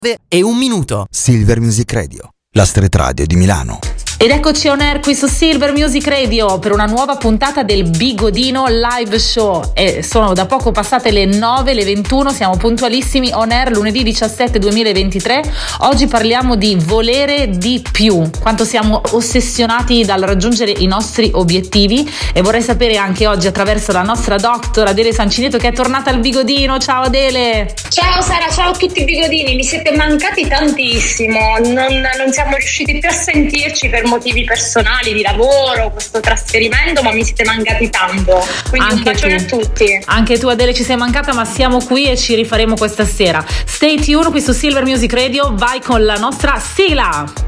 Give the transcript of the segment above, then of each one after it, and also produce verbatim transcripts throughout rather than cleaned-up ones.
E un minuto. Silver Music Radio, la street radio di Milano. Ed eccoci on air qui su Silver Music Radio per una nuova puntata del Bigodino Live Show. E sono da poco passate le nove, le ventuno, siamo puntualissimi on air lunedì diciassette duemilaventitré. Oggi parliamo di volere di più, quanto siamo ossessionati dal raggiungere i nostri obiettivi, e vorrei sapere anche oggi attraverso la nostra doctor Adele Sancineto, che è tornata al Bigodino. Ciao Adele! Ciao Sara, ciao a tutti i bigodini, mi siete mancati tantissimo, non, non siamo riusciti più a sentirci per motivi personali, di lavoro, questo trasferimento, ma mi siete mancati tanto, quindi anche un bacione a tutti. Anche tu Adele ci sei mancata, ma siamo qui e ci rifaremo questa sera. Stay tuned qui su Silver Music Radio, vai con la nostra sigla!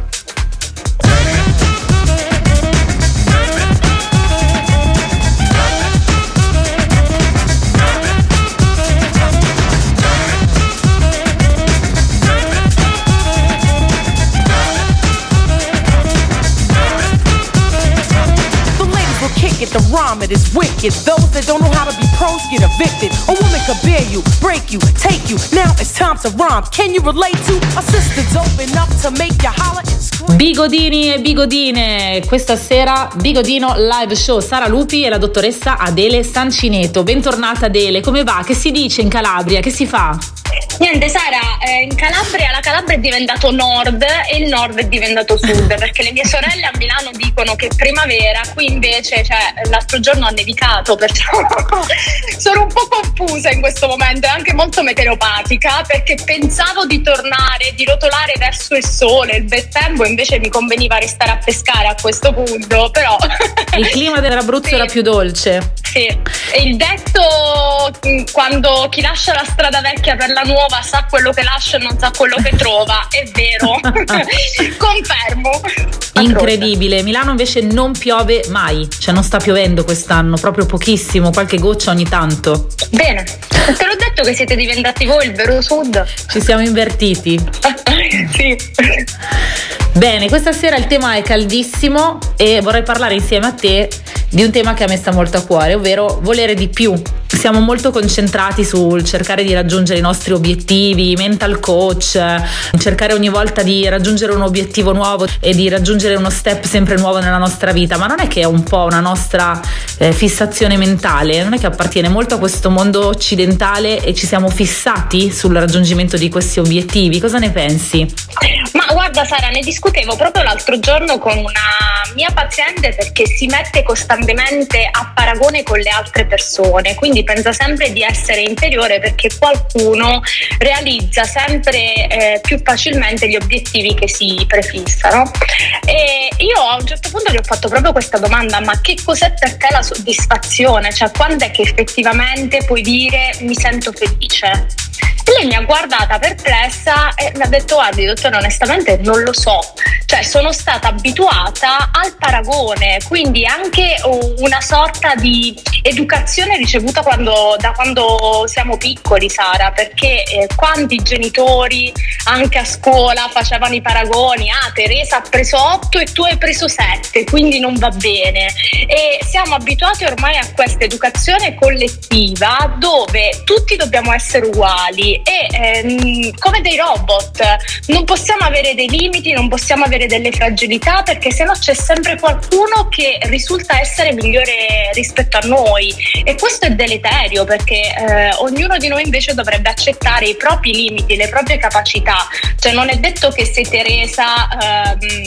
The rhyme it is wicked. Those that don't know how to be pros get evicted. A woman could bear you, break you, take you. Now it's time to rhyme. Can you relate to a sister dope enough to make you holler? Bigodini e bigodine, questa sera Bigodino Live Show, Sara Lupi e la dottoressa Adele Sancineto. Bentornata Adele, come va? Che si dice in Calabria? Che si fa? Niente Sara, eh, in Calabria la Calabria è diventato nord e il nord è diventato sud, perché le mie sorelle a Milano dicono che è primavera, qui invece cioè, l'altro giorno ha nevicato, perciò sono un po' confusa in questo momento e anche molto meteoropatica, perché pensavo di tornare, di rotolare verso il sole, il bel tempo, invece mi conveniva restare a pescare a questo punto, però il clima dell'Abruzzo sì. Era più dolce. Sì, e il detto quando chi lascia la strada vecchia per la nuova sa quello che lascia e non sa quello che trova, è vero. Confermo. Incredibile. Milano invece non piove mai, cioè non sta piovendo quest'anno, proprio pochissimo, qualche goccia ogni tanto. Bene, te l'ho detto che siete diventati voi il vero sud. Ci siamo invertiti. Sì. Bene, questa sera il tema è caldissimo e vorrei parlare insieme a te di un tema che a me sta molto a cuore, ovvero volere di più. Siamo molto concentrati sul cercare di raggiungere i nostri obiettivi, mental coach, cercare ogni volta di raggiungere un obiettivo nuovo e di raggiungere uno step sempre nuovo nella nostra vita, ma non è che è un po' una nostra eh, fissazione mentale? Non è che appartiene molto a questo mondo occidentale e ci siamo fissati sul raggiungimento di questi obiettivi? Cosa ne pensi? Ma guarda Sara, ne discutevo proprio l'altro giorno con una mia paziente, perché si mette costantemente a paragone con le altre persone, quindi pensa sempre di essere inferiore perché qualcuno realizza sempre eh, più facilmente gli obiettivi che si prefissano. E io a un certo punto gli ho fatto proprio questa domanda: ma che cos'è per te la soddisfazione? Cioè, quando è che effettivamente puoi dire mi sento felice? E lei mi ha guardata perplessa e mi ha detto: guardi dottore, onestamente non lo so, cioè sono stata abituata al paragone, quindi anche una sorta di educazione ricevuta quando, da quando siamo piccoli, Sara, perché eh, quanti genitori anche a scuola facevano i paragoni: ah, Teresa ha preso otto e tu hai preso sette, quindi non va bene. E siamo abituati ormai a questa educazione collettiva dove tutti dobbiamo essere uguali e ehm, come dei robot non possiamo avere dei limiti, non possiamo avere delle fragilità, perché sennò c'è sempre qualcuno che risulta essere migliore rispetto a noi, e questo è deleterio, perché eh, ognuno di noi invece dovrebbe accettare i propri limiti, le proprie capacità. Cioè non è detto che se Teresa ehm,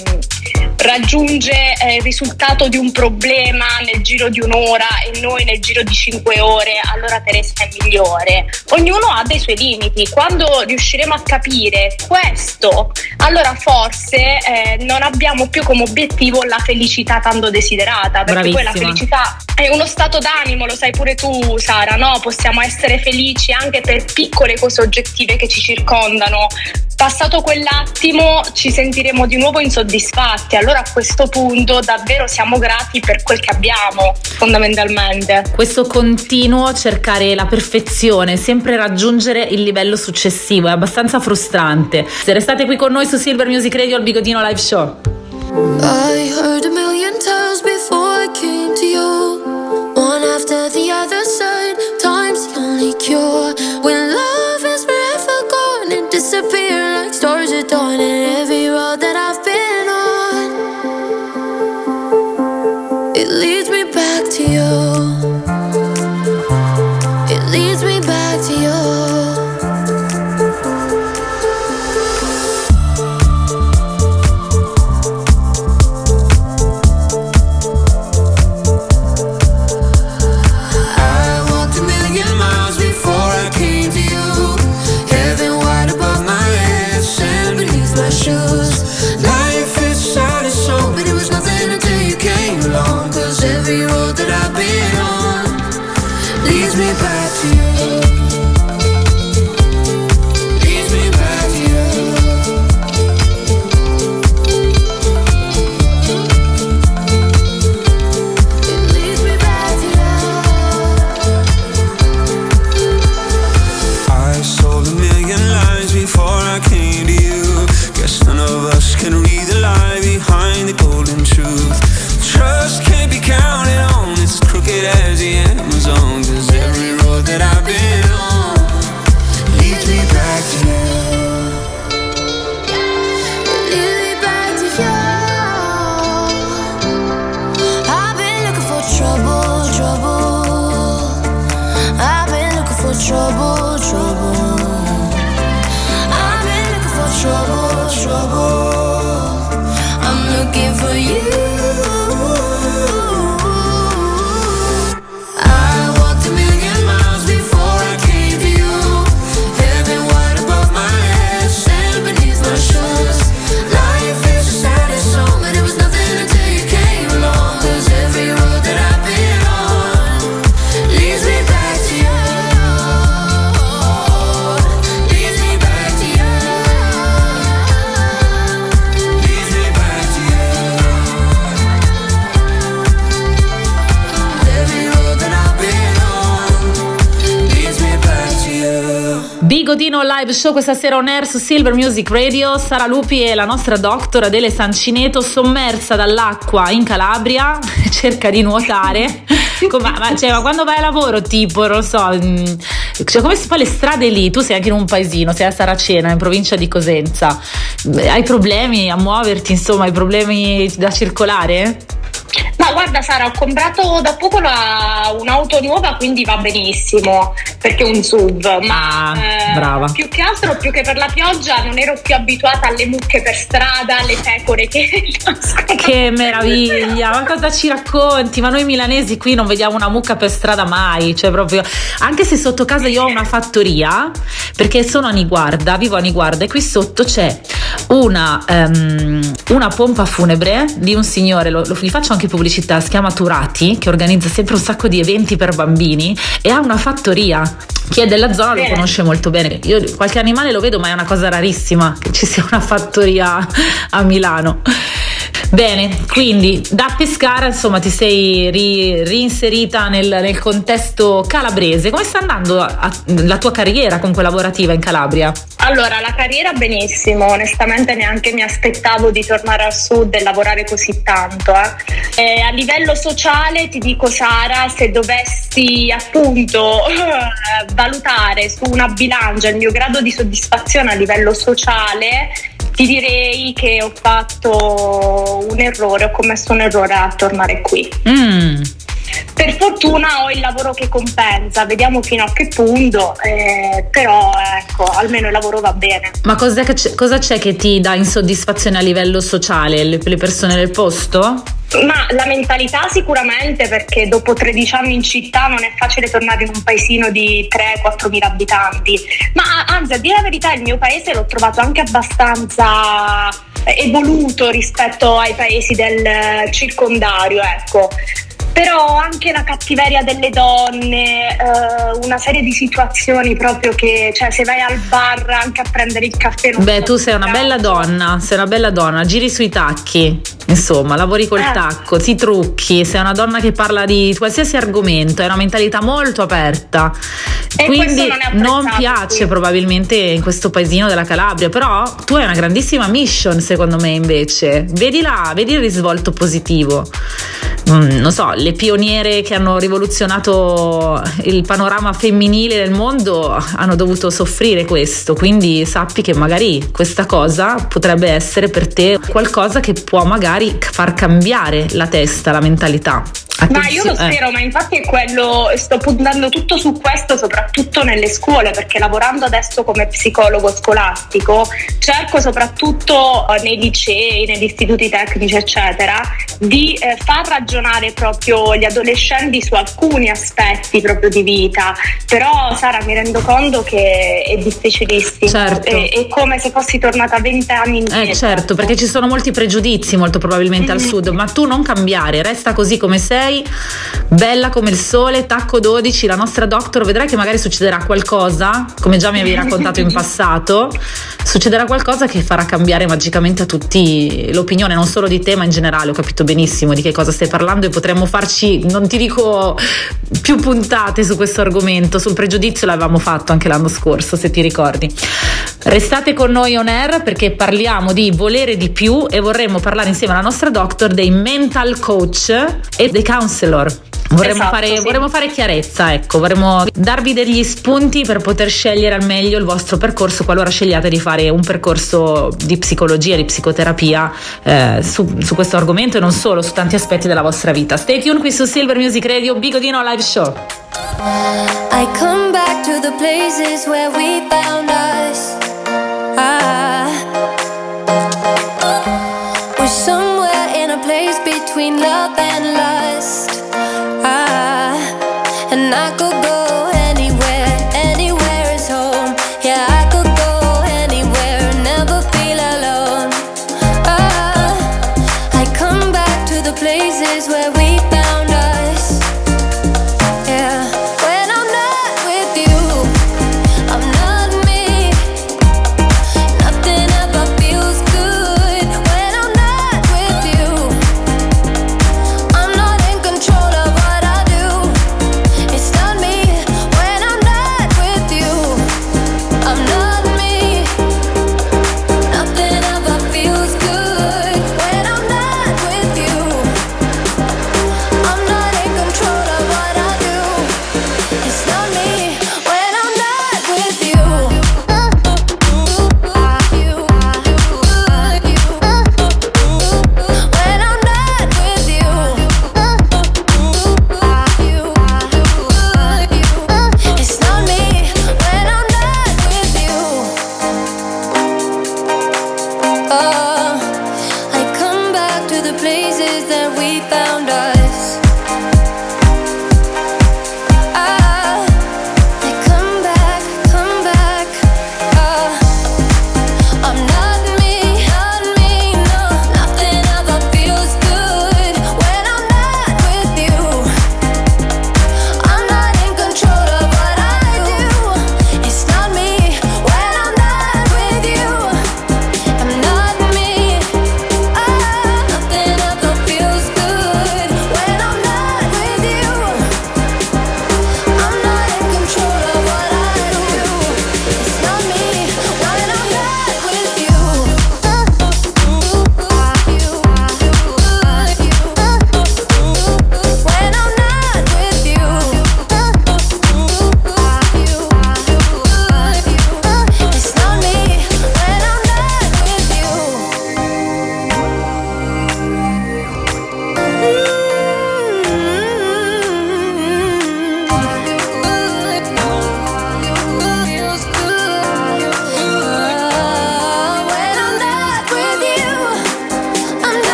raggiunge eh, il risultato di un problema nel giro di un'ora e noi nel giro di cinque ore, allora Teresa è migliore. Ognuno ha dei suoi limiti. Quando riusciremo a capire questo, allora forse eh, non abbiamo più come obiettivo la felicità tanto desiderata, perché Bravissima. poi la felicità è uno stato d'animo, lo sai pure tu Sara, no? Possiamo essere felici anche per piccole cose oggettive che ci circondano. Passato quell'attimo ci sentiremo di nuovo insoddisfatti, allora a questo punto davvero siamo grati per quel che abbiamo, fondamentalmente. Questo continuo cercare la perfezione, sempre raggiungere il livello successivo, è abbastanza frustrante. Se restate qui con noi su Silver Music Radio al Bigodino Live Show. I heard a million times before I came to you, one after the other side, time's the only cure. When love is forever gone and disappear like stars. dawn and every road that I've been on, it leads me back to you. It leads me back to you. Bigodino live show questa sera on air su Silver Music Radio. Sara Lupi e la nostra doctor Adele Sancineto, sommersa dall'acqua in Calabria, cerca di nuotare. ma, ma, cioè, ma quando vai a lavoro, tipo, non lo so, cioè, come si fa le strade lì? Tu sei anche in un paesino, sei a Saracena, in provincia di Cosenza. Hai problemi a muoverti, insomma, hai problemi da circolare? Ma guarda Sara, ho comprato da poco la, un'auto nuova, quindi va benissimo, perché è un S U V, ma ah, eh, brava. più che altro, più che per la pioggia, non ero più abituata alle mucche per strada, alle pecore che... Che meraviglia, ma cosa ci racconti? Ma noi milanesi qui non vediamo una mucca per strada mai, cioè proprio, anche se sotto casa io ho una fattoria, perché sono a Niguarda, vivo a Niguarda, e qui sotto c'è una, um, una pompa funebre di un signore, lo, lo, gli faccio anche pubblicità, si chiama Turati, che organizza sempre un sacco di eventi per bambini e ha una fattoria. Chi è della zona lo conosce molto bene. Io qualche animale lo vedo, ma è una cosa rarissima che ci sia una fattoria a Milano. Bene, quindi da Pescara, insomma, ti sei ri, reinserita nel, nel contesto calabrese. Come sta andando a, a, la tua carriera comunque lavorativa in Calabria? Allora, la carriera benissimo, onestamente neanche mi aspettavo di tornare al sud e lavorare così tanto. Eh. E a livello sociale ti dico Sara, se dovessi appunto eh, valutare su una bilancia il mio grado di soddisfazione a livello sociale, ti direi che ho fatto un errore, ho commesso un errore a tornare qui. Mm. Per fortuna ho il lavoro che compensa, vediamo fino a che punto, eh, però ecco, almeno il lavoro va bene. Ma cos'è che c'è, cosa c'è che ti dà insoddisfazione a livello sociale? Le, le persone del posto? Ma la mentalità sicuramente, perché dopo tredici anni in città non è facile tornare in un paesino di tre quattro mila abitanti, ma anzi, a dire la verità, il mio paese l'ho trovato anche abbastanza evoluto rispetto ai paesi del circondario, ecco. Però anche la cattiveria delle donne, eh, una serie di situazioni proprio che, cioè, se vai al bar anche a prendere il caffè non beh, tu sei una bella donna, sei una bella donna, giri sui tacchi, insomma, lavori col eh. tacco, ti trucchi, sei una donna che parla di qualsiasi argomento, hai una mentalità molto aperta, e quindi non, non piace qui. Probabilmente in questo paesino della Calabria, però tu hai una grandissima mission, secondo me, invece, vedi là, vedi il risvolto positivo. mm, non so, le pioniere che hanno rivoluzionato il panorama femminile nel mondo hanno dovuto soffrire questo, quindi sappi che magari questa cosa potrebbe essere per te qualcosa che può magari far cambiare la testa, la mentalità. Ma io lo spero, eh. ma infatti è quello, sto puntando tutto su questo, soprattutto nelle scuole, perché lavorando adesso come psicologo scolastico cerco soprattutto nei licei, negli istituti tecnici eccetera di eh, far ragionare proprio gli adolescenti su alcuni aspetti proprio di vita, però Sara mi rendo conto che è difficilissimo, certo. è, è come se fossi tornata vent'anni indietro. Eh certo, perché ci sono molti pregiudizi molto probabilmente mm-hmm. al sud, ma tu non cambiare, resta così come sei, bella come il sole, tacco dodici, la nostra doctor, vedrai che magari succederà qualcosa, come già mi avevi raccontato in passato, succederà qualcosa che farà cambiare magicamente a tutti l'opinione, non solo di te ma in generale. Ho capito benissimo di che cosa stai parlando e potremmo farci, non ti dico più puntate su questo argomento, sul pregiudizio l'avevamo fatto anche l'anno scorso, se ti ricordi. Restate con noi on air perché parliamo di volere di più e vorremmo parlare insieme alla nostra doctor dei mental coach e dei counselor. Vorremmo, esatto, fare, sì. vorremmo fare chiarezza, ecco, vorremmo darvi degli spunti per poter scegliere al meglio il vostro percorso qualora scegliate di fare un percorso di psicologia, di psicoterapia eh, su, su questo argomento e non solo, su tanti aspetti della vostra vita. Stay tuned qui su Silver Music Radio, Bigodino Live Show. I come back to the places where we found us. Ah, we're somewhere in a place between love and lust. Ah, and I could go anywhere, anywhere is home. Yeah, I could go anywhere, never feel alone. Ah, I come back to the places where we found us. Yeah, when I'm not with you, I'm not me. Nothing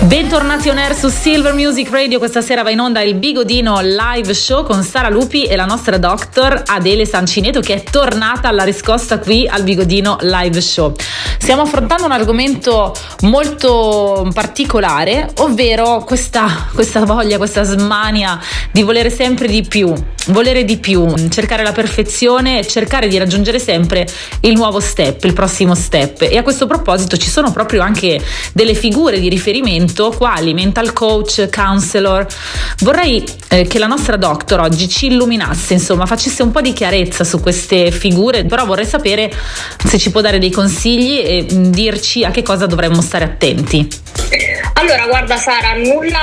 Bentornati on air su Silver Music Radio. Questa sera va in onda il Bigodino Live Show con Sara Lupi e la nostra doctor Adele Sancineto, che è tornata alla riscossa qui al Bigodino Live Show. Stiamo affrontando un argomento molto particolare, ovvero questa, questa voglia, questa smania di volere sempre di più, volere di più, cercare la perfezione e cercare di raggiungere sempre il nuovo step, il prossimo step. E a questo proposito ci sono proprio anche delle figure di riferimento quali mental coach, counselor. Vorrei eh, che la nostra doctor oggi ci illuminasse, insomma facesse un po' di chiarezza su queste figure, però vorrei sapere se ci può dare dei consigli e dirci a che cosa dovremmo stare attenti. Allora guarda Sara,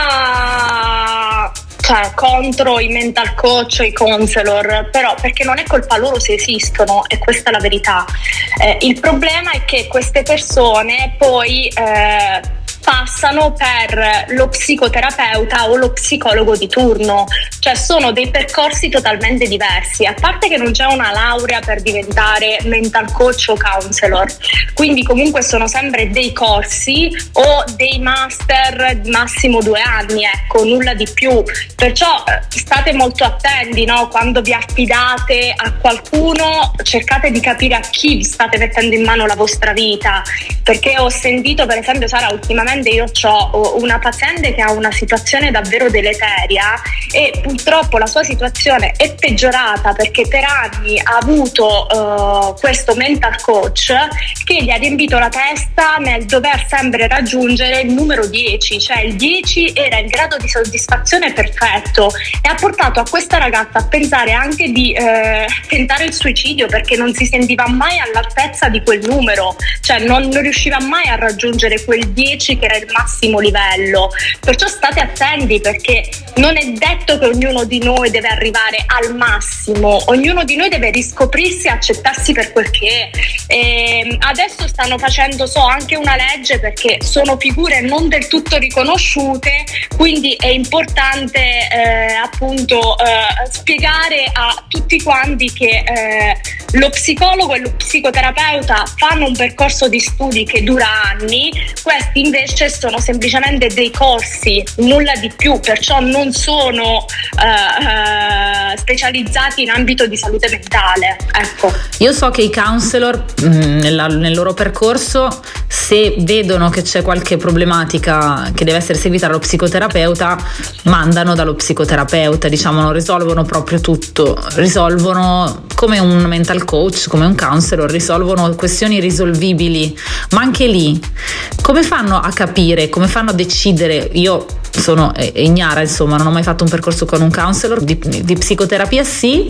nulla cioè, contro i mental coach o i counselor, però perché non è colpa loro se esistono, e questa è la verità. Eh, il problema è che queste persone poi eh, passano per lo psicoterapeuta o lo psicologo di turno, cioè sono dei percorsi totalmente diversi, a parte che non c'è una laurea per diventare mental coach o counselor, quindi comunque sono sempre dei corsi o dei master massimo due anni, ecco, nulla di più, perciò state molto attenti, no? Quando vi affidate a qualcuno cercate di capire a chi state mettendo in mano la vostra vita, perché ho sentito, per esempio Sara, ultimamente io ho una paziente che ha una situazione davvero deleteria e purtroppo la sua situazione è peggiorata perché per anni ha avuto uh, questo mental coach che gli ha riempito la testa nel dover sempre raggiungere il numero dieci, cioè il dieci era il grado di soddisfazione perfetto, e ha portato a questa ragazza a pensare anche di eh, tentare il suicidio perché non si sentiva mai all'altezza di quel numero, cioè non, non riusciva mai a raggiungere quel dieci che era il massimo livello. Perciò state attenti, perché non è detto che ognuno di noi deve arrivare al massimo, ognuno di noi deve riscoprirsi e accettarsi per quel che è. E adesso stanno facendo so anche una legge perché sono figure non del tutto riconosciute, quindi è importante eh, appunto eh, spiegare a tutti quanti che eh, lo psicologo e lo psicoterapeuta fanno un percorso di studi che dura anni, questi invece sono semplicemente dei corsi, nulla di più, perciò non sono uh, uh, specializzati in ambito di salute mentale, ecco. Io so che i counselor mh, nella, nel loro percorso, se vedono che c'è qualche problematica che deve essere seguita dallo psicoterapeuta, mandano dallo psicoterapeuta, diciamo, non risolvono proprio tutto, risolvono come un mental coach, come un counselor, risolvono questioni risolvibili, ma anche lì come fanno a capire, come fanno a decidere? Io sono ignara, insomma, non ho mai fatto un percorso con un counselor, di, di psicoterapia sì,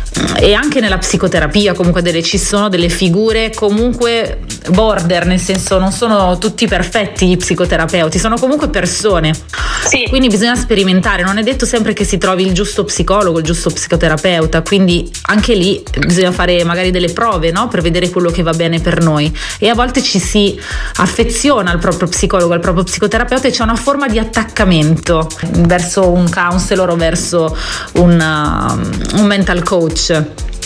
e anche nella psicoterapia comunque delle, ci sono delle figure comunque border, nel senso non sono tutti perfetti gli psicoterapeuti, sono comunque persone, sì. Quindi bisogna sperimentare, non è detto sempre che si trovi il giusto psicologo, il giusto psicoterapeuta, quindi anche lì bisogna fare magari delle prove, no? Per vedere quello che va bene per noi, e a volte ci si affeziona al proprio psicologo, al proprio psicoterapeuta, e c'è una forma di attaccamento verso un counselor o verso un, uh, un mental coach.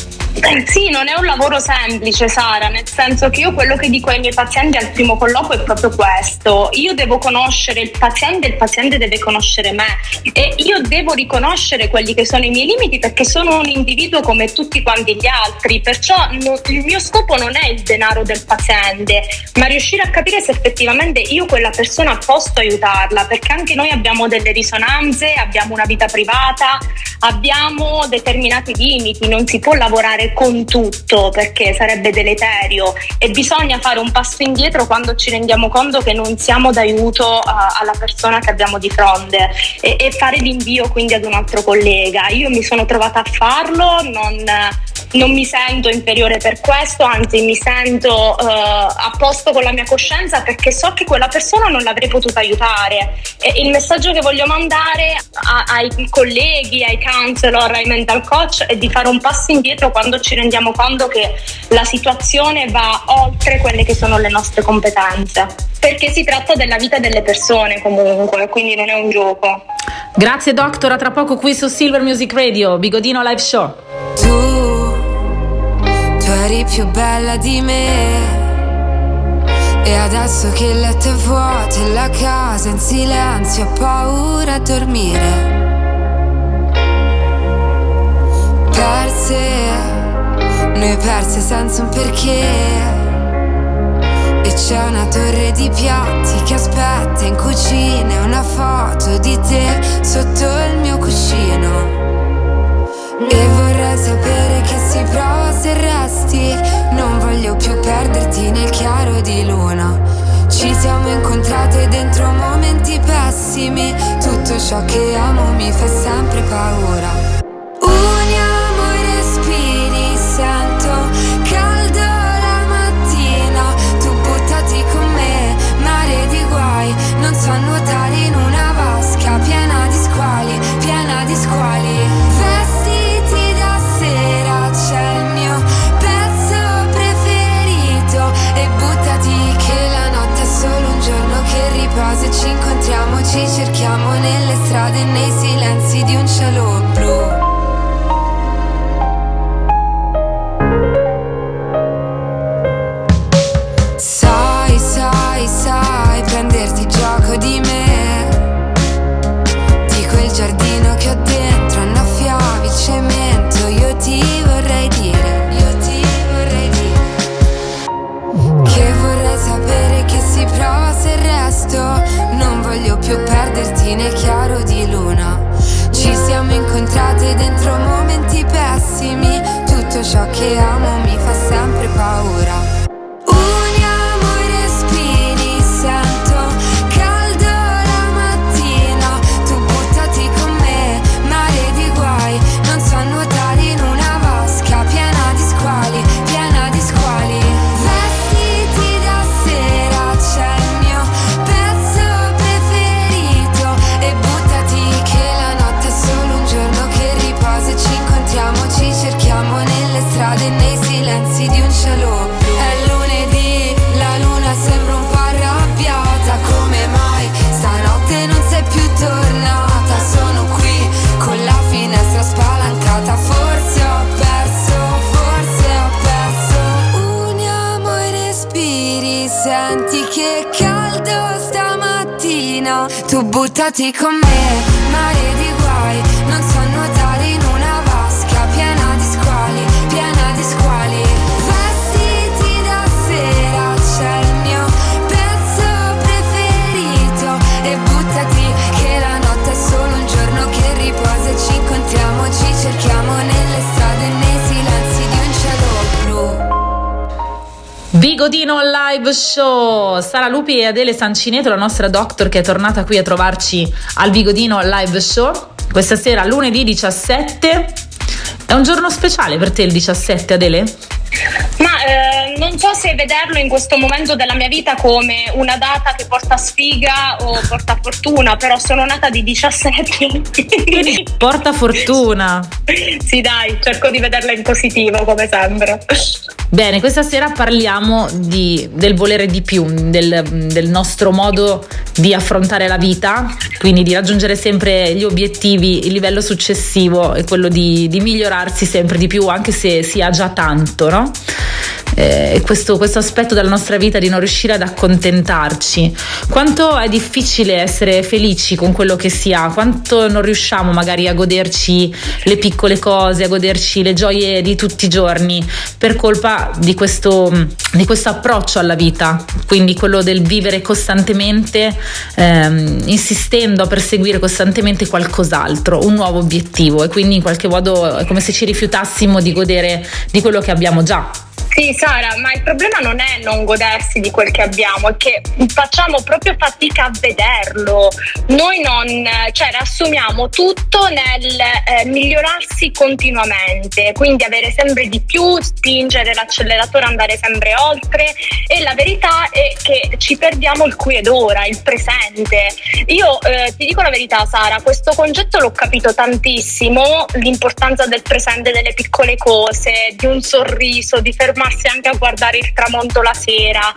Sì, non è un lavoro semplice, Sara, nel senso che io quello che dico ai miei pazienti al primo colloquio è proprio questo: io devo conoscere il paziente, il paziente deve conoscere me, e io devo riconoscere quelli che sono i miei limiti, perché sono un individuo come tutti quanti gli altri, perciò no, il mio scopo non è il denaro del paziente, ma riuscire a capire se effettivamente io quella persona posso aiutarla, perché anche noi abbiamo delle risonanze, abbiamo una vita privata, abbiamo determinati limiti, non si può lavorare con tutto perché sarebbe deleterio, e bisogna fare un passo indietro quando ci rendiamo conto che non siamo d'aiuto uh, alla persona che abbiamo di fronte, e, e fare l'invio quindi ad un altro collega. Io mi sono trovata a farlo, non, non mi sento inferiore per questo, anzi mi sento uh, a posto con la mia coscienza, perché so che quella persona non l'avrei potuta aiutare, e il messaggio che voglio mandare a, ai colleghi, ai counselor, ai mental coach è di fare un passo indietro quando ci rendiamo conto che la situazione va oltre quelle che sono le nostre competenze, perché si tratta della vita delle persone comunque, quindi non è un gioco. Grazie doctora, tra poco qui su Silver Music Radio, Bigodino Live Show. Tu, tu eri più bella di me, E adesso che il letto è vuoto e la casa in silenzio, ho paura a dormire. Perse, noi perse senza un perché. E c'è una torre di piatti che aspetta in cucina e una foto di te sotto il mio cuscino. E vorrei sapere che si prova se resti. Non voglio più perderti nel chiaro di luna. Ci siamo incontrate dentro momenti pessimi. Tutto ciò che amo mi fa sempre paura. Uniamo i respiri, sento caldo la mattina. Tu buttati con me, mare di guai. Non so nuotare in una vasca piena di squali, piena di squali. Vestiti da sera, c'è il mio pezzo preferito. E buttati che la notte è solo un giorno che riposa. E ci incontriamo, ci cerchiamo nelle strade e nei silenzi di un cielo blu. Sai, sai, sai prenderti gioco di me, di quel giardino che ho dentro annaffiavi il cemento. Io ti vorrei dire, io ti vorrei dire che vorrei sapere che si prova se resto. Non voglio più perderti nel chiaro di luna. Ci siamo incontrate dentro momenti pessimi. Tutto ciò che amo mi fa sempre paura. Tu buttati con me, mare di guai. Non so nuotare in una vasca piena di squali, piena di squali. Vestiti da sera, c'è il mio pezzo preferito. E buttati che la notte è solo un giorno che riposa. E ci incontriamo, ci cerchiamo nelle strade e nei silenzi di un cielo blu. Bigodino live show. Sara Lupi e Adele Sancineto, la nostra doctor, che è tornata qui a trovarci al Bigodino live show questa sera, lunedì diciassette. È un giorno speciale per te il diciassette, Adele? Ma eh, non so se vederlo in questo momento della mia vita come una data che porta sfiga o porta fortuna, però sono nata di diciassette. Quindi porta fortuna. Sì, dai, cerco di vederla in positivo come sempre. Bene, questa sera parliamo di, del volere di più, del, del nostro modo di affrontare la vita, quindi di raggiungere sempre gli obiettivi. Il livello successivo è quello di, di migliorarsi sempre di più, anche se si ha già tanto, no? Eh, questo, questo aspetto della nostra vita di non riuscire ad accontentarci. Quanto è difficile essere felici con quello che si ha, quanto non riusciamo magari a goderci le piccole cose, a goderci le gioie di tutti i giorni per colpa di questo, di questo approccio alla vita, quindi quello del vivere costantemente, ehm, insistendo a perseguire costantemente qualcos'altro, un nuovo obiettivo, e quindi in qualche modo è come se ci rifiutassimo di godere di quello che abbiamo già. Sì, Sara, ma il problema non è non godersi di quel che abbiamo, è che facciamo proprio fatica a vederlo. Noi non, cioè, riassumiamo tutto nel eh, migliorarsi continuamente, quindi avere sempre di più, spingere l'acceleratore, andare sempre oltre, e la verità è che ci perdiamo il qui ed ora, il presente. Io eh, ti dico la verità, Sara, questo concetto l'ho capito tantissimo, l'importanza del presente, delle piccole cose, di un sorriso, di fermarsi fermarsi anche a guardare il tramonto la sera.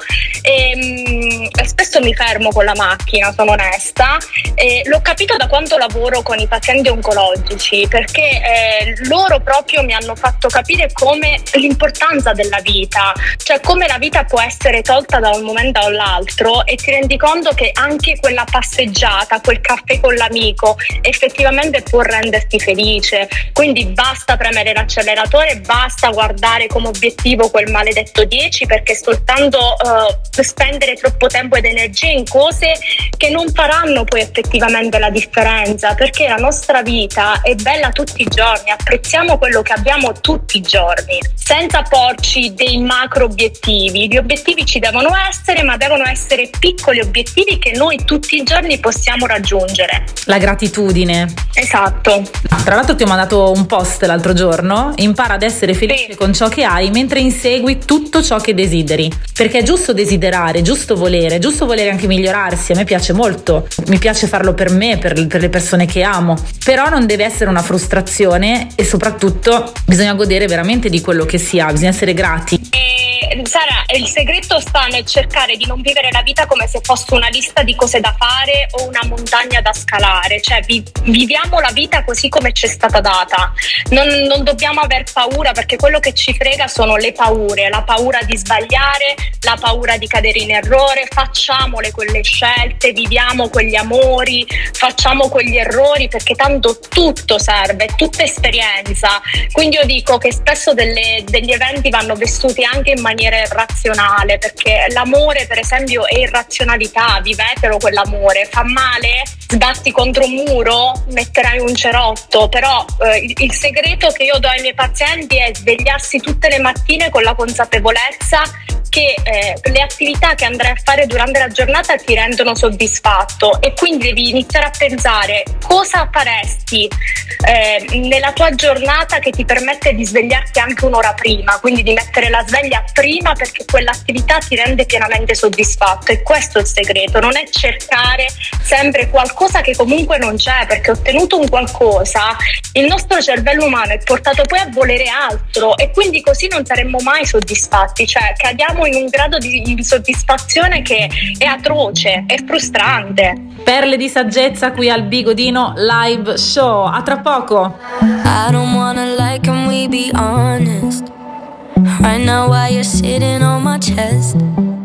E, e spesso mi fermo con la macchina, sono onesta, e l'ho capito da quando lavoro con i pazienti oncologici, perché eh, loro proprio mi hanno fatto capire come l'importanza della vita, cioè come la vita può essere tolta da un momento all'altro e ti rendi conto che anche quella passeggiata, quel caffè con l'amico effettivamente può renderti felice. Quindi basta premere l'acceleratore, basta guardare come obiettivo quel maledetto dieci, perché soltanto uh, spendere troppo tempo ed energie in cose che non faranno poi effettivamente la differenza, perché la nostra vita è bella tutti i giorni, apprezziamo quello che abbiamo tutti i giorni senza porci dei macro obiettivi. Gli obiettivi ci devono essere, ma devono essere piccoli obiettivi che noi tutti i giorni possiamo raggiungere. La gratitudine. Esatto. Tra l'altro ti ho mandato un post l'altro giorno: impara ad essere felice sì. con ciò che hai mentre insegui tutto ciò che desideri, perché è giusto desiderare, è giusto volere, è giusto volere anche migliorarsi. A me piace molto, mi piace farlo per me, per, per le persone che amo, però non deve essere una frustrazione e soprattutto bisogna godere veramente di quello che si ha, bisogna essere grati. E, Sara, il segreto sta nel cercare di non vivere la vita come se fosse una lista di cose da fare o una montagna da scalare, cioè vi, viviamo la vita così come ci è stata data, non, non dobbiamo aver paura, perché quello che ci frega sono le paure, la paura di sbagliare, la paura di cadere in errore. Facciamole quelle scelte, viviamo quegli amori, facciamo quegli errori, perché tanto tutto serve, tutta esperienza. Quindi io dico che spesso delle, degli eventi vanno vissuti anche in maniera irrazionale, perché l'amore per esempio è irrazionalità. Vivetelo quell'amore, fa male, sbatti contro un muro, metterai un cerotto, però eh, il, il segreto che io do ai miei pazienti è svegliarsi tutte le mattine con la consapevolezza che eh, le attività che andrai a fare durante la giornata ti rendono soddisfatto, e quindi devi iniziare a pensare cosa faresti eh, nella tua giornata che ti permette di svegliarti anche un'ora prima, quindi di mettere la sveglia prima, perché quell'attività ti rende pienamente soddisfatto. E questo è il segreto, non è cercare sempre qualcosa che comunque non c'è, perché ottenuto un qualcosa il nostro cervello umano è portato poi a volere altro, e quindi così non saremmo mai soddisfatti, cioè cadiamo in un grado di insoddisfazione che è atroce, è frustrante. Perle di saggezza qui al Bigodino Live Show. A tra poco. I don't wanna like and we be honest. Right now while you're sitting on my chest,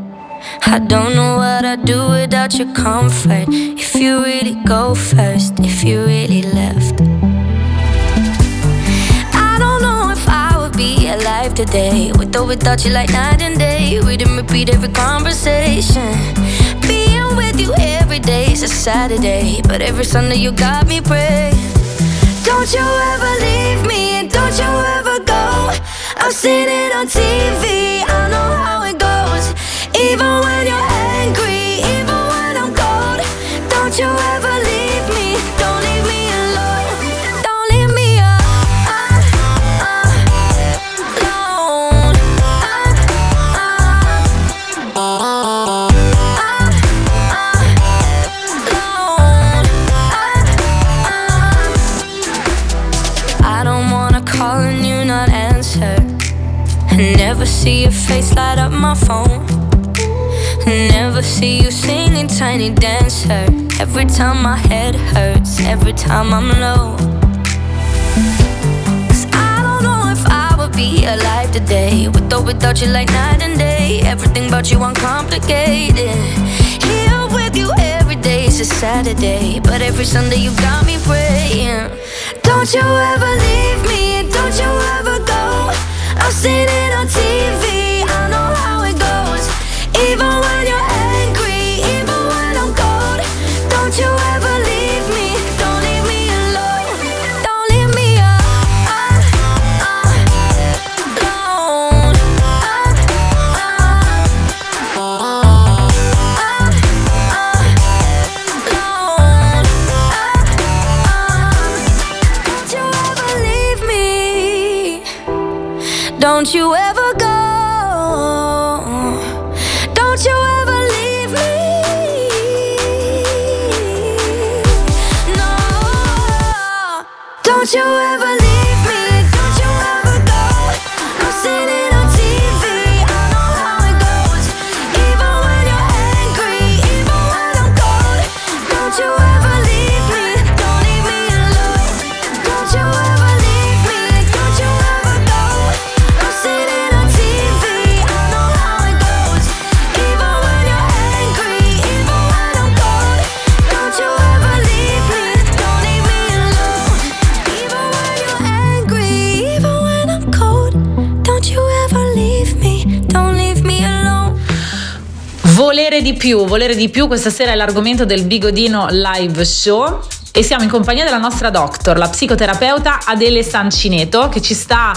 I don't know what I'd do without your comfort. If you really go first, if you really left, I don't know if I would be alive today, with or without you like night and day. We didn't repeat every conversation. Being with you every day is a Saturday, but every Sunday you got me praying. Don't you ever leave me, and don't you ever go. I've seen it on T V, I know how it goes. Even when you're angry, even when I'm cold, don't you ever leave me, don't leave me alone. Don't leave me alone. I don't wanna call and you not answer. Never see your face light up my phone. Never see you singing Tiny Dancer. Every time my head hurts, every time I'm low. 'Cause I don't know if I would be alive today, with or without you like night and day. Everything about you uncomplicated. Here with you every day is a Saturday, but every Sunday you got me praying. Don't you ever leave me, don't you ever go. I've seen it on T V, I know how it goes. Even when you're angry, even when I'm cold, don't you ever leave me, don't leave me alone. Don't leave me alone. Don't you ever leave me, don't you ever go. Don't you ever leave me. No. Don't you ever leave me. Don't you ever go. I've seen it on T V. volere di più, volere di più, questa sera è l'argomento del Bigodino Live Show e siamo in compagnia della nostra doctor, la psicoterapeuta Adele Sancineto, che ci sta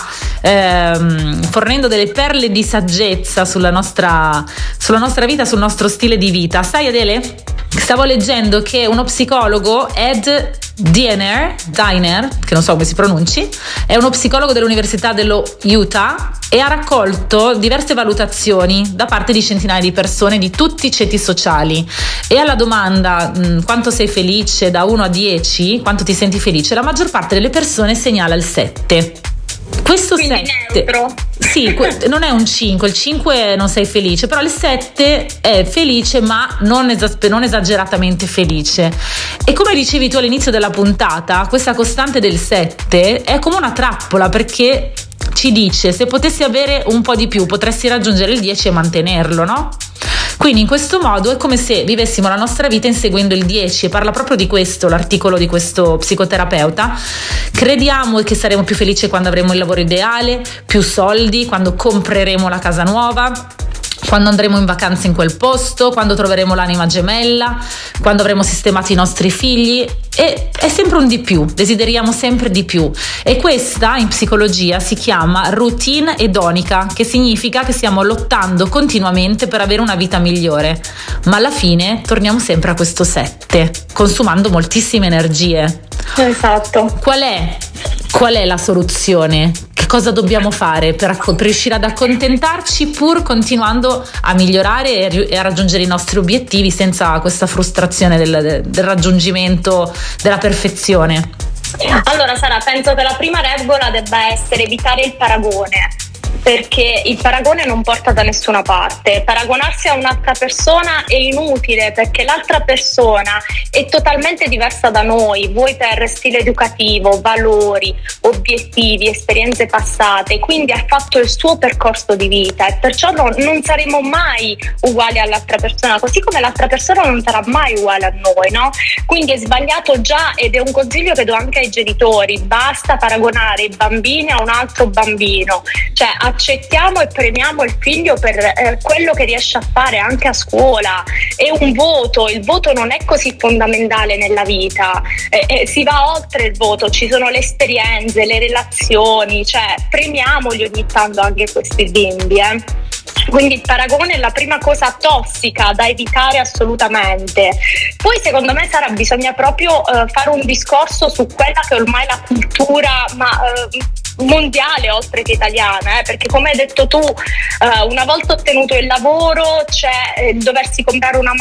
ehm, fornendo delle perle di saggezza sulla nostra, sulla nostra vita, sul nostro stile di vita. Sai Adele? Stavo leggendo che uno psicologo, Ed Diener, Diner, che non so come si pronunci, è uno psicologo dell'Università dello Utah e ha raccolto diverse valutazioni da parte di centinaia di persone di tutti i ceti sociali, e alla domanda mh, quanto sei felice da uno a dieci, quanto ti senti felice, la maggior parte delle persone segnala il sette. Questo Quindi sette neutro. sì, non è un cinque, il cinque non sei felice, però il sette è felice ma non, esas- non esageratamente felice. E come dicevi tu all'inizio della puntata, questa costante del sette è come una trappola, perché ci dice se potessi avere un po' di più potresti raggiungere il dieci e mantenerlo, no? Quindi in questo modo è come se vivessimo la nostra vita inseguendo il dieci, e parla proprio di questo l'articolo di questo psicoterapeuta. Crediamo che saremo più felici quando avremo il lavoro ideale, più soldi, quando compreremo la casa nuova, quando andremo in vacanza in quel posto, quando troveremo l'anima gemella, quando avremo sistemato i nostri figli, e è sempre un di più, desideriamo sempre di più. E questa in psicologia si chiama routine edonica, che significa che stiamo lottando continuamente per avere una vita migliore, ma alla fine torniamo sempre a questo sette, consumando moltissime energie. Esatto. Qual è, qual è la soluzione? Che cosa dobbiamo fare per, per riuscire ad accontentarci pur continuando a migliorare e, e a raggiungere i nostri obiettivi senza questa frustrazione del, del raggiungimento della perfezione? Allora Sara, penso che la prima regola debba essere evitare il paragone, perché il paragone non porta da nessuna parte. Paragonarsi a un'altra persona è inutile, perché l'altra persona è totalmente diversa da noi, vuoi per stile educativo, valori, obiettivi, esperienze passate, quindi ha fatto il suo percorso di vita e perciò non, non saremo mai uguali all'altra persona, così come l'altra persona non sarà mai uguale a noi, no? Quindi è sbagliato già, ed è un consiglio che do anche ai genitori: basta paragonare i bambini a un altro bambino, cioè accettiamo e premiamo il figlio per eh, quello che riesce a fare anche a scuola. È un voto, il voto non è così fondamentale nella vita, eh, eh, si va oltre il voto, ci sono le esperienze, le relazioni, cioè premiamoli ogni tanto anche questi bimbi, eh. Quindi il paragone è la prima cosa tossica da evitare assolutamente. Poi secondo me Sara bisogna proprio eh, fare un discorso su quella che ormai è la cultura, ma eh, mondiale oltre che italiana, eh, perché come hai detto tu, eh, una volta ottenuto il lavoro c'è il doversi comprare una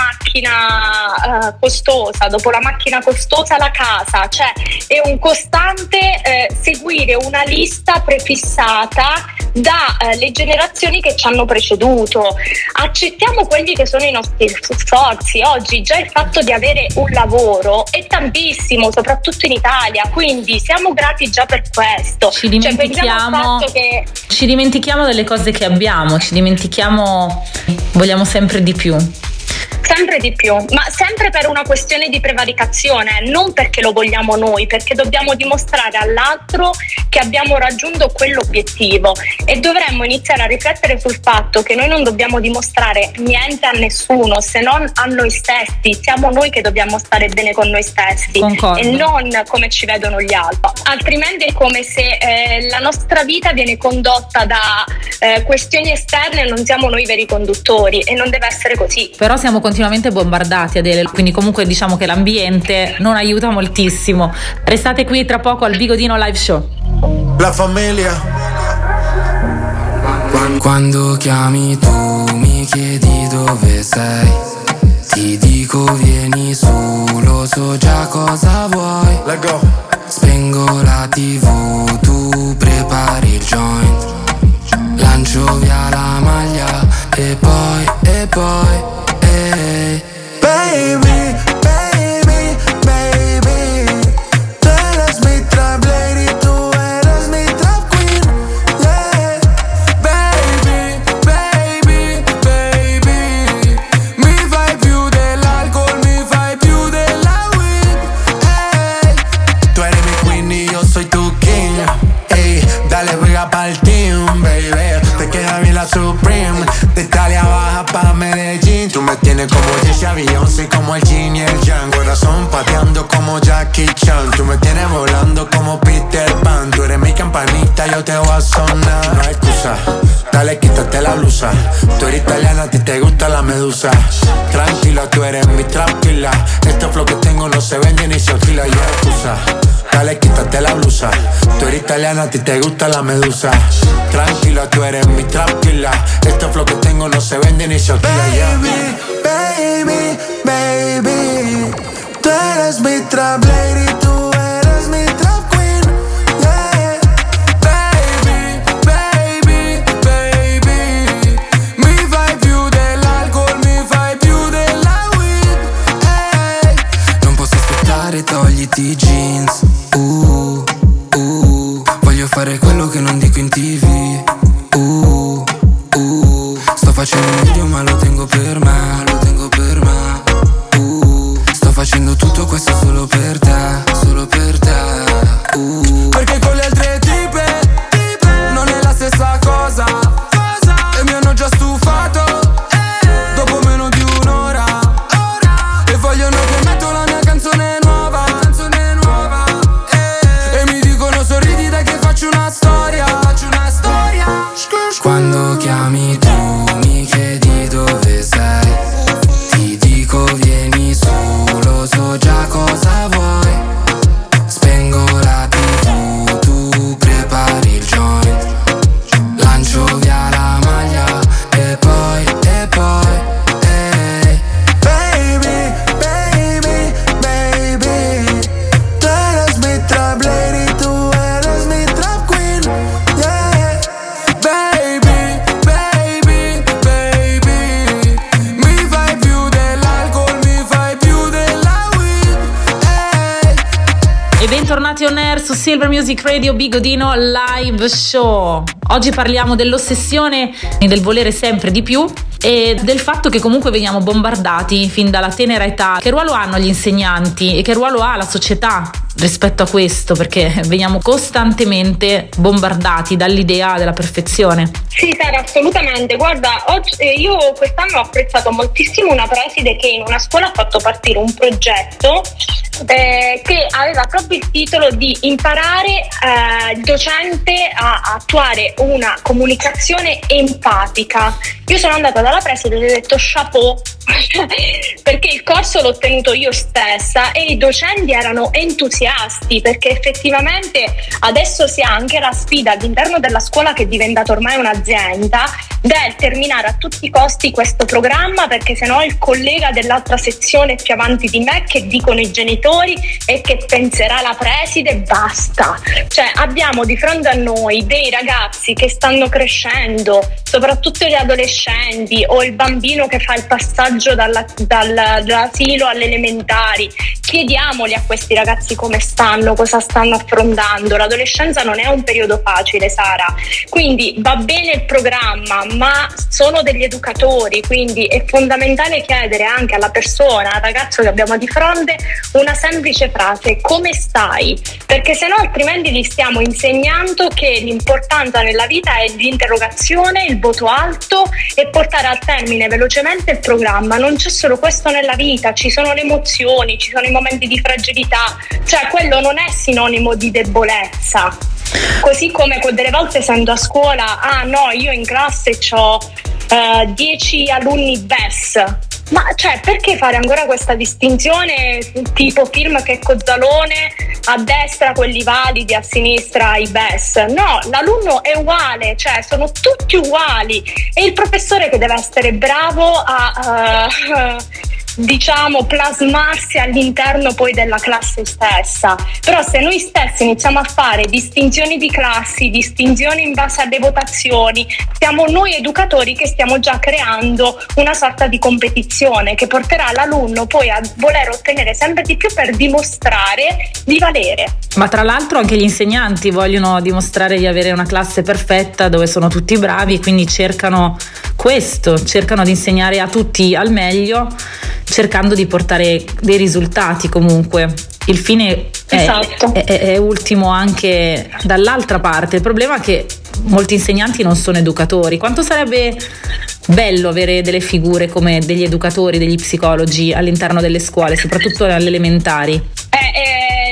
macchina eh, costosa, dopo la macchina costosa la casa, cioè è un costante eh, seguire una lista prefissata dalle eh, generazioni che ci hanno preceduto. Accettiamo quelli che sono i nostri sforzi. Oggi già il fatto di avere un lavoro è tantissimo, soprattutto in Italia, quindi siamo grati già per questo. Ci dimentichiamo, cioè, che... ci dimentichiamo delle cose che abbiamo, ci dimentichiamo, vogliamo sempre di più. Sempre di più, ma sempre per una questione di prevaricazione, non perché lo vogliamo noi, perché dobbiamo dimostrare all'altro che abbiamo raggiunto quell'obiettivo, e dovremmo iniziare a riflettere sul fatto che noi non dobbiamo dimostrare niente a nessuno se non a noi stessi. Siamo noi che dobbiamo stare bene con noi stessi. Concordo. E non come ci vedono gli altri, altrimenti è come se eh, la nostra vita viene condotta da eh, questioni esterne e non siamo noi i veri conduttori, e non deve essere così. Però siamo continuamente bombardati, Adele, quindi comunque diciamo che l'ambiente non aiuta moltissimo. Restate qui tra poco al Bigodino Live Show. La famiglia. Quando chiami tu mi chiedi dove sei, ti dico vieni su, lo so già cosa vuoi. Let go. Spengo la tivù, tu prepari il joint, lancio via la maglia e poi, e poi Hey, baby, baby, baby, tú eres mi trap lady, tú eres mi trap queen, yeah. baby, baby, baby, mi fai più dell'alcol, mi fai più della weed, hey. blusa. Tú eres italiana, a ti te gusta la medusa. Tranquila, tú eres mi tranquila. Este flow que tengo no se vende ni se alquila. Y excusa, dale, quítate la blusa. Tú eres italiana, a ti te gusta la medusa. Tranquila, tú eres mi tranquila. Este flow que tengo no se vende ni se alquila. Baby, baby, baby, tú eres mi trap lady, tú eres mi trap queen, yeah. Baby, baby, baby, mi fai più dell'alcol, mi fai più della weed, hey. Non posso aspettare, togliti i jeans, uh, uh. Voglio fare quello che non dico in tv, uh, uh. Sto facendo un video ma lo tengo per me, lo tengo per me, uh. Sto facendo tutto questo solo per te, solo per te, uh. Perché con le altre tipe, tipe non è la stessa cosa, cosa. E mi hanno già stufato, eh. Dopo meno di un'ora, ora. E vogliono che metto la mia canzone nuova, canzone nuova, eh. E mi dicono sorridi dai che faccio una storia, faccio una storia. Quando chiami tu mi chiedi dove sei, ti dico vieni su, lo so già cosa vuoi. Spengo la tivù, tu prepari il joint, lancio via la maglia e poi, e poi, ehi. Baby, baby, baby, tú eres mi trap lady, tú eres mi trap queen, yeah. Baby, baby, baby, mi fai più dell'alcol, mi fai più della weed, hey. E bentornati on air su Silver Music Radio Bigodino Live Show. Oggi parliamo dell'ossessione e del volere sempre di più e del fatto che comunque veniamo bombardati fin dalla tenera età. Che ruolo hanno gli insegnanti e che ruolo ha la società rispetto a questo? Perché veniamo costantemente bombardati dall'idea della perfezione. Sì, Sara, assolutamente. Guarda, oggi, eh, io quest'anno ho apprezzato moltissimo una preside che in una scuola ha fatto partire un progetto eh, che aveva proprio il titolo di imparare eh, il docente a attuare una comunicazione empatica. Io sono andata dalla preside e le ho detto chapeau, perché il corso l'ho tenuto io stessa e i docenti erano entusiasti, perché effettivamente adesso si ha anche la sfida all'interno della scuola, che è diventata ormai un'azienda, del terminare a tutti i costi questo programma, perché sennò il collega dell'altra sezione più avanti di me, che dicono i genitori e che penserà la preside, basta. Cioè abbiamo di fronte a noi dei ragazzi che stanno crescendo, soprattutto gli adolescenti o il bambino che fa il passaggio dalla, dal, dall'asilo alle elementari. Chiediamoli a questi ragazzi come stanno, cosa stanno affrontando. L'adolescenza non è un periodo facile, Sara, quindi va bene il programma, ma sono degli educatori, quindi è fondamentale chiedere anche alla persona, al ragazzo che abbiamo di fronte, una semplice frase: come stai? Perché sennò altrimenti gli stiamo insegnando che l'importanza nella vita è l'interrogazione, il voto alto e portare a termine velocemente il programma. Non c'è solo questo nella vita, ci sono le emozioni, ci sono i momenti di fragilità, cioè quello non è sinonimo di debolezza. Così come delle volte sento a scuola: ah no, io in classe ho dieci uh, alunni B E S. Ma cioè, perché fare ancora questa distinzione tipo film che Cozzalone, a destra quelli validi, a sinistra i B E S? No, l'alunno è uguale, cioè sono tutti uguali, e il professore che deve essere bravo a uh, diciamo plasmarsi all'interno poi della classe stessa. Però se noi stessi iniziamo a fare distinzioni di classi, distinzioni in base alle votazioni, siamo noi educatori che stiamo già creando una sorta di competizione che porterà l'alunno poi a voler ottenere sempre di più per dimostrare di valere. Ma tra l'altro anche gli insegnanti vogliono dimostrare di avere una classe perfetta dove sono tutti bravi, quindi cercano questo, cercano di insegnare a tutti al meglio, cercando di portare dei risultati. Comunque il fine è, esatto. è, è, è ultimo anche dall'altra parte. Il problema è che molti insegnanti non sono educatori. Quanto sarebbe bello avere delle figure come degli educatori, degli psicologi all'interno delle scuole, soprattutto alle elementari. Eh, eh,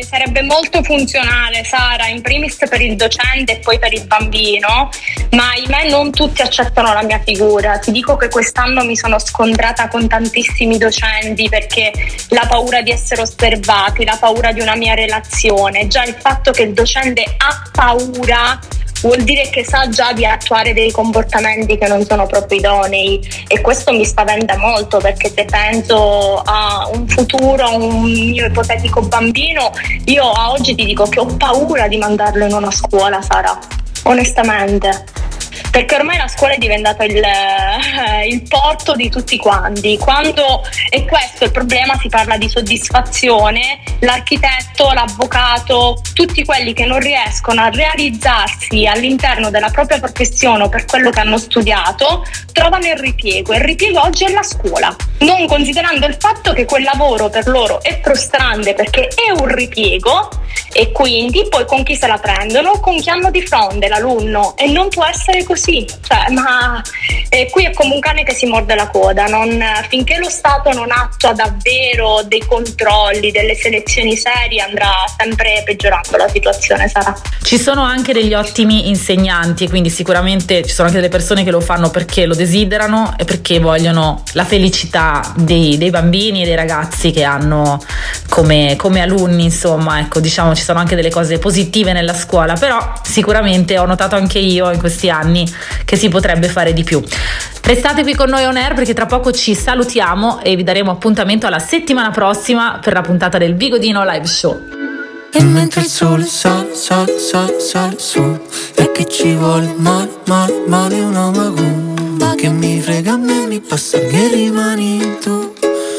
sarebbe molto funzionale, Sara, in primis per il docente e poi per il bambino, ma ahimè non tutti accettano la mia figura. Ti dico che quest'anno mi sono scontrata con tantissimi docenti perché la paura di essere osservati, la paura di una mia relazione, già il fatto che il docente ha paura vuol dire che sa già di attuare dei comportamenti che non sono proprio idonei, e questo mi spaventa molto, perché se penso a un futuro, a un mio ipotetico bambino, io a oggi ti dico che ho paura di mandarlo in una scuola, Sara, onestamente, perché ormai la scuola è diventata il, eh, il porto di tutti quanti. Quando, e questo è il problema, si parla di soddisfazione, l'architetto, l'avvocato, tutti quelli che non riescono a realizzarsi all'interno della propria professione o per quello che hanno studiato, trovano il ripiego. Il ripiego oggi è la scuola, non considerando il fatto che quel lavoro per loro è frustrante perché è un ripiego, e quindi poi con chi se la prendono? Con chi hanno di fronte, l'alunno, e non può essere così, cioè, ma eh, qui è come un cane che si morde la coda, non, finché lo Stato non attua davvero dei controlli, delle selezioni serie, andrà sempre peggiorando la situazione, Sara. Ci sono anche degli ottimi insegnanti, e quindi sicuramente ci sono anche delle persone che lo fanno perché lo desiderano e perché vogliono la felicità dei, dei bambini e dei ragazzi che hanno come, come alunni, insomma, ecco, diciamo ci sono anche delle cose positive nella scuola, però sicuramente ho notato anche io in questi anni che si potrebbe fare di più. Restate qui con noi on air perché tra poco ci salutiamo e vi daremo appuntamento alla settimana prossima per la puntata del Bigodino Live Show. E mentre il sole sale, sale, sale, sale su, e che ci vuole male, male, male una macumba, che mi frega a me, mi basta che rimani tu.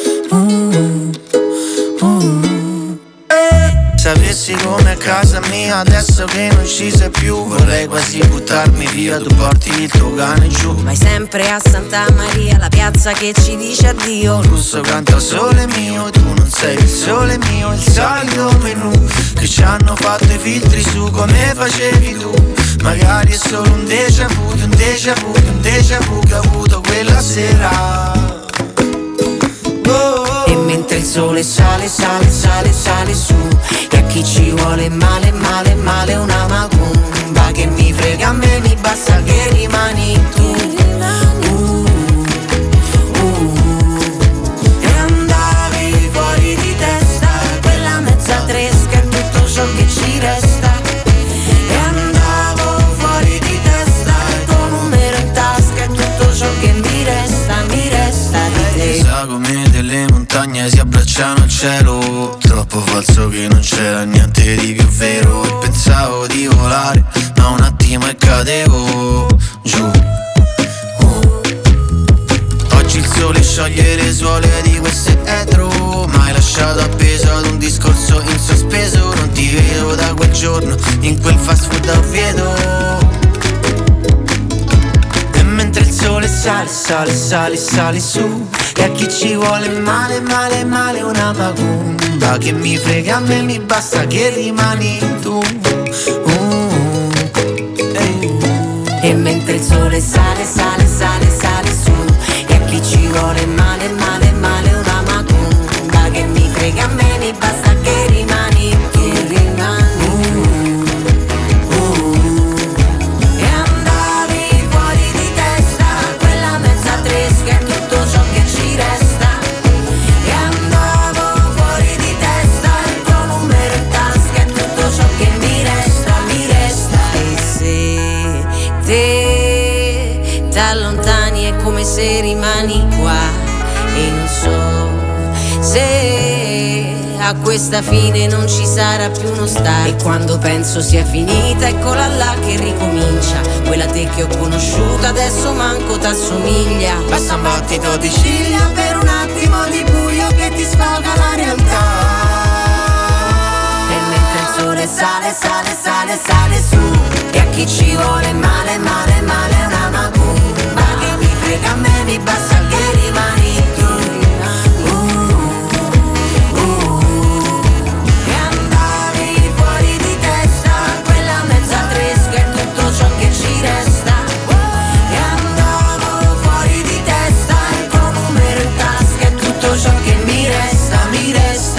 uh, uh. Sapessi come a casa mia adesso che non ci sei più, vorrei quasi buttarmi via, tu porti il tuo cane giù. Vai sempre a Santa Maria, la piazza che ci dice addio. Il russo canta sole mio, tu non sei il sole mio, il solito menù che ci hanno fatto i filtri su come facevi tu. Magari è solo un déjà vu, un déjà vu, un déjà vu che ho avuto quella sera. Oh. E mentre il sole sale, sale, sale, sale su, e a chi ci vuole male, male, male una macumba, che mi frega a me, mi basta che rimani tu. uh, uh. E andavi fuori di testa, quella mezza tresca è tutto ciò che ci resta. E andavo fuori di testa, il tuo numero in tasca è tutto ciò che mi resta, mi resta di te. Sagome delle montagne si abbracciano al cielo, troppo falso che non c'era niente di più vero. E pensavo di volare, ma un attimo e cadevo giù. uh. Oggi il sole scioglie le suole di questo etro, ma hai lasciato appeso ad un discorso in sospeso. Non ti vedo da quel giorno in quel fast food a Oviedo. E mentre il sole sale, sale, sale, sale su, e a chi ci vuole male, male, male una macumba, che mi frega a me, mi basta che rimani tu. uh, eh. E mentre il sole sale, sale, sale, sale su, e a chi ci vuole male, male, male una macumba, che mi frega a me, mi basta che rimani tu. Come se rimani qua e non so se a questa fine non ci sarà più uno stare. E quando penso sia finita, eccola là che ricomincia, quella te che ho conosciuto adesso manco t'assomiglia. Basta un battito di ciglia per un attimo di buio che ti sfoga la realtà. E mentre il sole sale, sale, sale, sale su, e a chi ci vuole male, male, male una macumba, che mi frega a me, mi basta che rimani tu. uh, uh. E andavi fuori di testa, quella mezza tresca è tutto ciò che ci resta. E andavo fuori di testa, il tuo numero in tasca è tutto ciò che mi resta, mi resta.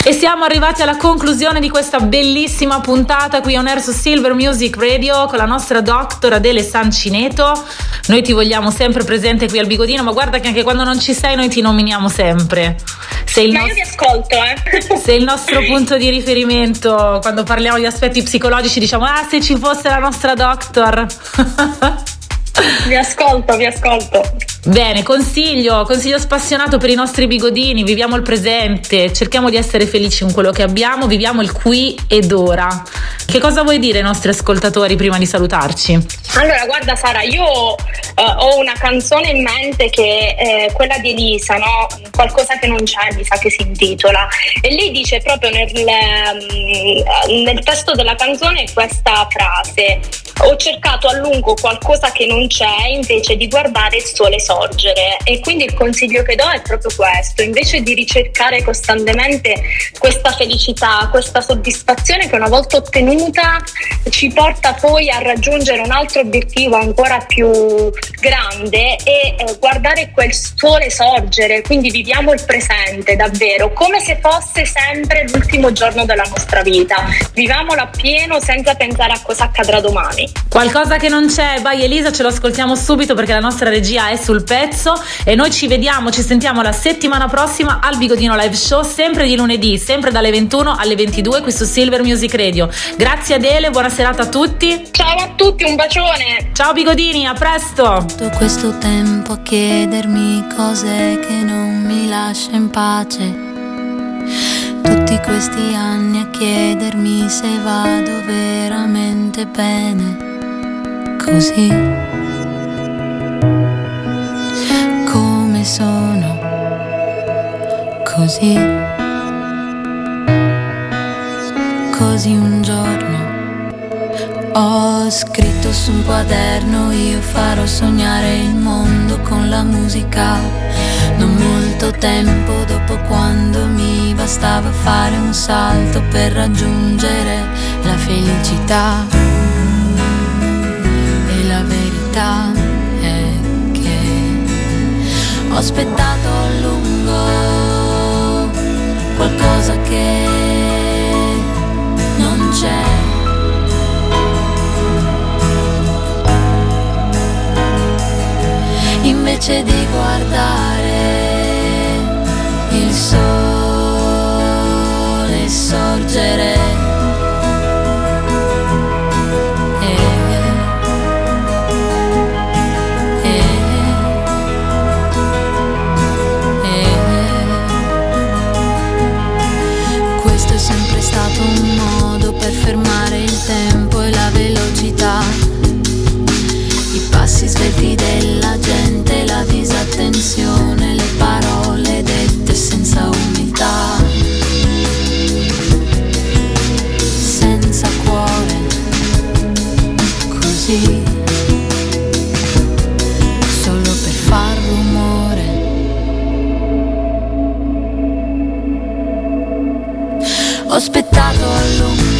E siamo arrivati alla conclusione di questa bellissima puntata qui on air su Silver Music Radio con la nostra doctor Adele Sancineto. Noi ti vogliamo sempre presente qui al Bigodino, ma guarda che anche quando non ci sei noi ti nominiamo sempre. Sei il ma nos- io vi ascolto, eh. Sei il nostro punto di riferimento quando parliamo di aspetti psicologici, diciamo ah se ci fosse la nostra doctor. Vi ascolto, vi ascolto. Bene, consiglio, consiglio spassionato per i nostri bigodini: viviamo il presente, cerchiamo di essere felici con quello che abbiamo, viviamo il qui ed ora. Che cosa vuoi dire ai nostri ascoltatori prima di salutarci? Allora, guarda Sara, io eh, ho una canzone in mente che è quella di Elisa, no? Qualcosa che non c'è, mi sa che si intitola, e lei dice proprio nel, nel testo della canzone questa frase: ho cercato a lungo qualcosa che non c'è invece di guardare il sole sorgere. E quindi il consiglio che do è proprio questo: invece di ricercare costantemente questa felicità, questa soddisfazione che una volta ottenuta ci porta poi a raggiungere un altro obiettivo ancora più grande, e eh, guardare quel sole sorgere. Quindi viviamo il presente davvero come se fosse sempre l'ultimo giorno della nostra vita, viviamolo appieno senza pensare a cosa accadrà domani. Qualcosa che non c'è, vai Elisa, ce lo ascoltiamo subito perché la nostra regia è sul pezzo, e noi ci vediamo, ci sentiamo la settimana prossima al Bigodino Live Show, sempre di lunedì, sempre dalle ventuno alle ventidue qui su Silver Music Radio. Grazie Adele, buona serata a tutti. Ciao a tutti, un bacione. Ciao Bigodini, a presto. Tutto questo tempo a chiedermi cose che non mi lascia in pace. Tutti questi anni a chiedermi se vado veramente bene così come sono, così, così un giorno ho scritto su un quaderno: io farò sognare il mondo con la musica. Non molto tempo dopo, quando mi bastava fare un salto per raggiungere la felicità. E la verità è che ho aspettato a lungo qualcosa che non c'è. Invece di guardare il sole sorgere, e, e, e, questo è sempre stato un modo per fermare il tempo e la velocità, i passi svelti della gente, la disattenzione, le parole dette senza umiltà, senza cuore, così, solo per far rumore. Ho aspettato a lungo